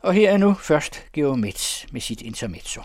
Og her er nu først Georg Metz med sit intermezzo.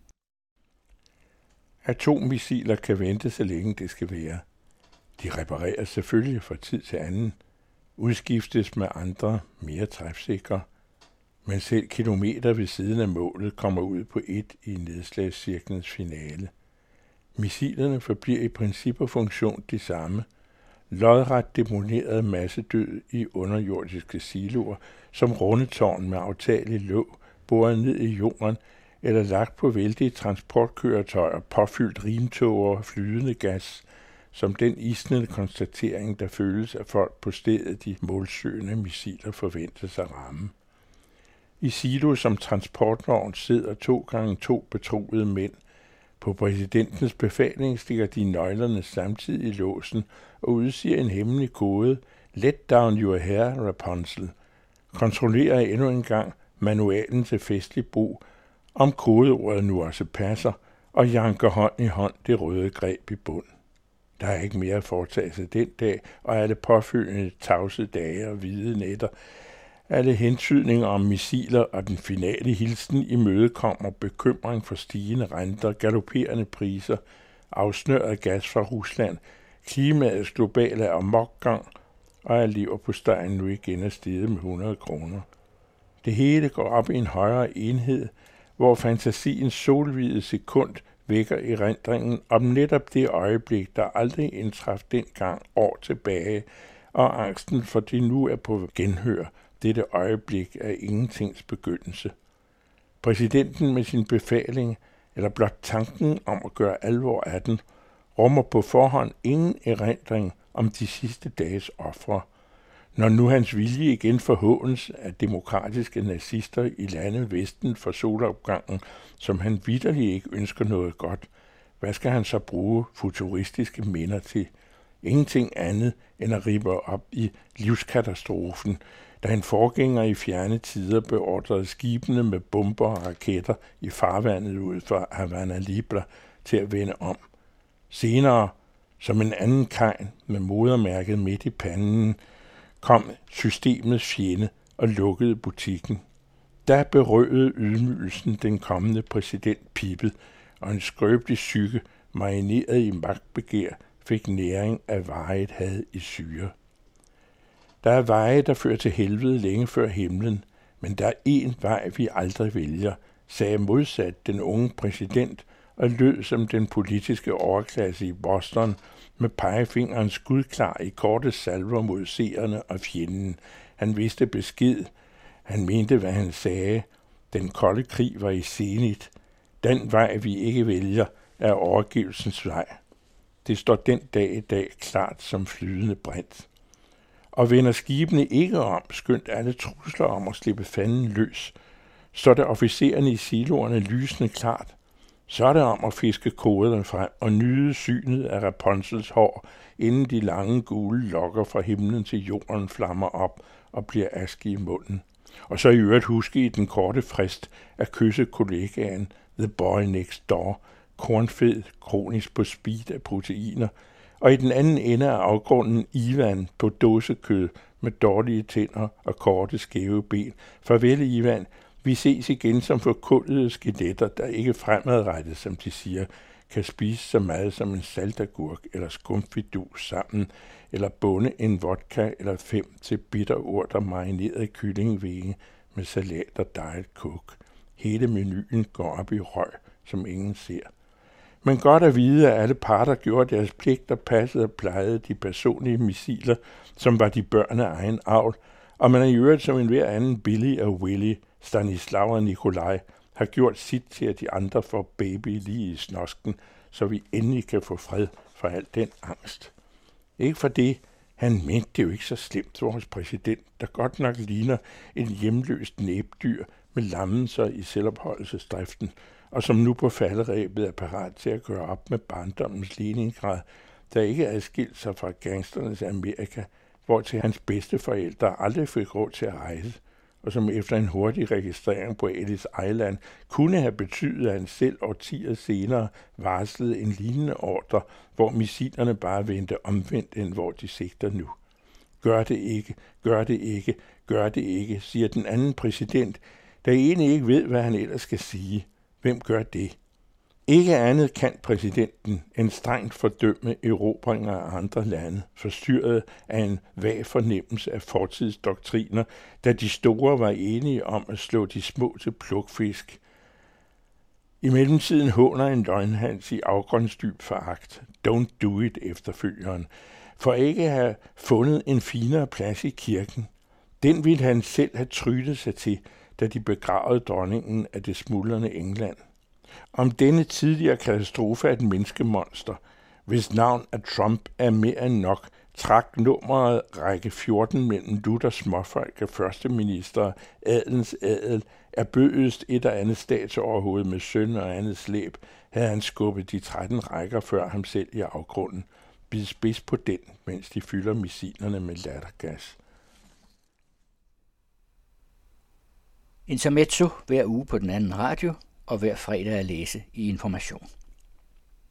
Atommissiler kan vente, så længe det skal være. De repareres selvfølgelig fra tid til anden, udskiftes med andre, mere træfsikre, men selv kilometer ved siden af målet kommer ud på et i nedslagscirklens finale. Missilerne forbliver i princip og funktion de samme, lodret deponeret massedød i underjordiske siloer, som rundetårn med aftagelig låg, boret ned i jorden, eller lagt på vældige transportkøretøjer, påfyldt rimtoger og flydende gas, som den isnende konstatering, der føles af folk på stedet, de målsøgende missiler forventes at ramme. I silo som transportvogn sidder 2x2 betroede mænd. På præsidentens befaling stikker de nøglerne samtidig i låsen og udsiger en hemmelig kode. Let down your hair, Rapunzel. Kontrollerer endnu en gang manualen til festlig brug, om kodeordet nu også passer, og janker hånd i hånd det røde greb i bund. Der er ikke mere at foretage sig den dag, og alle påfølgende tavse dage og hvide nætter. Alle hentydninger om missiler og den finale hilsen imødekommer bekymring for stigende renter, galopperende priser, afsnøret gas fra Rusland, klimaets globale amokgang, og at leverpostejen nu igen er steget med 100 kroner. Det hele går op i en højere enhed, hvor fantasiens solhvide sekund vækker erindringen om netop det øjeblik, der aldrig indtraf dengang år tilbage, og angsten for det nu er på genhør. Dette øjeblik er ingentings begyndelse. Præsidenten med sin befaling, eller blot tanken om at gøre alvor af den, rummer på forhånd ingen erindring om de sidste dages ofre. Når nu hans vilje igen forhånes af demokratiske nazister i landet Vesten for solopgangen, som han vitterligt ikke ønsker noget godt, hvad skal han så bruge futuristiske minder til? Ingenting andet end at rippe op i livskatastrofen, da en forgænger i fjerne tider beordrede skibene med bomber og raketter i farvandet ud for Havana Libre til at vende om. Senere, som en anden kegn med modermærket midt i panden, kom systemets fjende og lukkede butikken. Da berøvede ydmygelsen den kommende præsident Pippet, og en skrøbelig psyke, marineret i magtbegær, fik næring af varigt had i syre. Der er veje, der fører til helvede længe før himlen, men der er én vej, vi aldrig vælger, sagde modsat den unge præsident og lød som den politiske overklasse i Boston med pegefingeren skudklar i korte salver mod seerne og fjenden. Han vidste besked. Han mente, hvad han sagde. Den kolde krig var i zenit. Den vej, vi ikke vælger, er overgivelsens vej. Det står den dag i dag klart som flydende brint. Og vender skibene ikke om, skønt alle trusler om at slippe fanden løs, står der officererne i siloerne lysende klart. Så er det om at fiske koderne frem og nyde synet af Rapunzels hår, inden de lange gule lokker fra himlen til jorden flammer op og bliver aske i munden. Og så i øvrigt huske i den korte frist at kysse kollegaen, The Boy Next Door, kornfed, kronisk på speed af proteiner, og i den anden ende af afgrunden Ivan på dåsekød med dårlige tænder og korte skæve ben. Farvel Ivan, vi ses igen som forkullede skeletter, der ikke fremadrettet, som de siger, kan spise så meget som en saltagurk eller skumfidus sammen, eller bunde en vodka eller 5 til bitterurter marineret kyllingvinge med salat og dejet kog. Hele menuen går op i røg, som ingen ser. Men godt at vide, at alle parter gjorde deres pligt og passede og plejede de personlige missiler, som var de børn af egen avl, og man er i øvrigt som enhver anden Billy og Willy, Stanislav og Nikolaj, har gjort sit til, at de andre får baby lige i snosken, så vi endelig kan få fred for al den angst. Ikke for det, han mente det jo ikke så slemt, vores præsident, der godt nok ligner en hjemløst næbdyr med lammelser i selvopholdelsesdriften, og som nu på falderæbet er parat til at gøre op med barndommens Leningrad, der ikke adskilt sig fra gangsternes Amerika, hvor til hans bedsteforældre aldrig fik råd til at rejse, og som efter en hurtig registrering på Ellis Island kunne have betydet, at han selv årtier senere varslede en lignende ordre, hvor missilerne bare vendte omvendt, end hvor de sigter nu. Gør det ikke, gør det ikke, gør det ikke, siger den anden præsident, der egentlig ikke ved, hvad han ellers skal sige. Hvem gør det? Ikke andet kan præsidenten end strengt fordømme erobringer af andre lande, forstyrret af en vag fornemmelse af fortidsdoktriner, da de store var enige om at slå de små til plukfisk. I mellemtiden håner en løgnhans i afgrundsdyb foragt. Don't do it, efterfølgeren, for ikke at have fundet en finere plads i kirken. Den ville han selv have trynet sig til, da de begravede dronningen af det smuldrende England. Om denne tidligere katastrofe af et menneskemonster, hvis navn af Trump er mere end nok, trak nummeret række 14 mellem Luthers småfolk af førsteminister, adelens adel, erbødigst et og andet statsoverhoved med søn og andet slæb, havde han skubbet de 13 rækker før ham selv i afgrunden. Bid spids på den, mens de fylder missilerne med lattergas. Intermezzo hver uge på den anden radio, og hver fredag at læse i Information.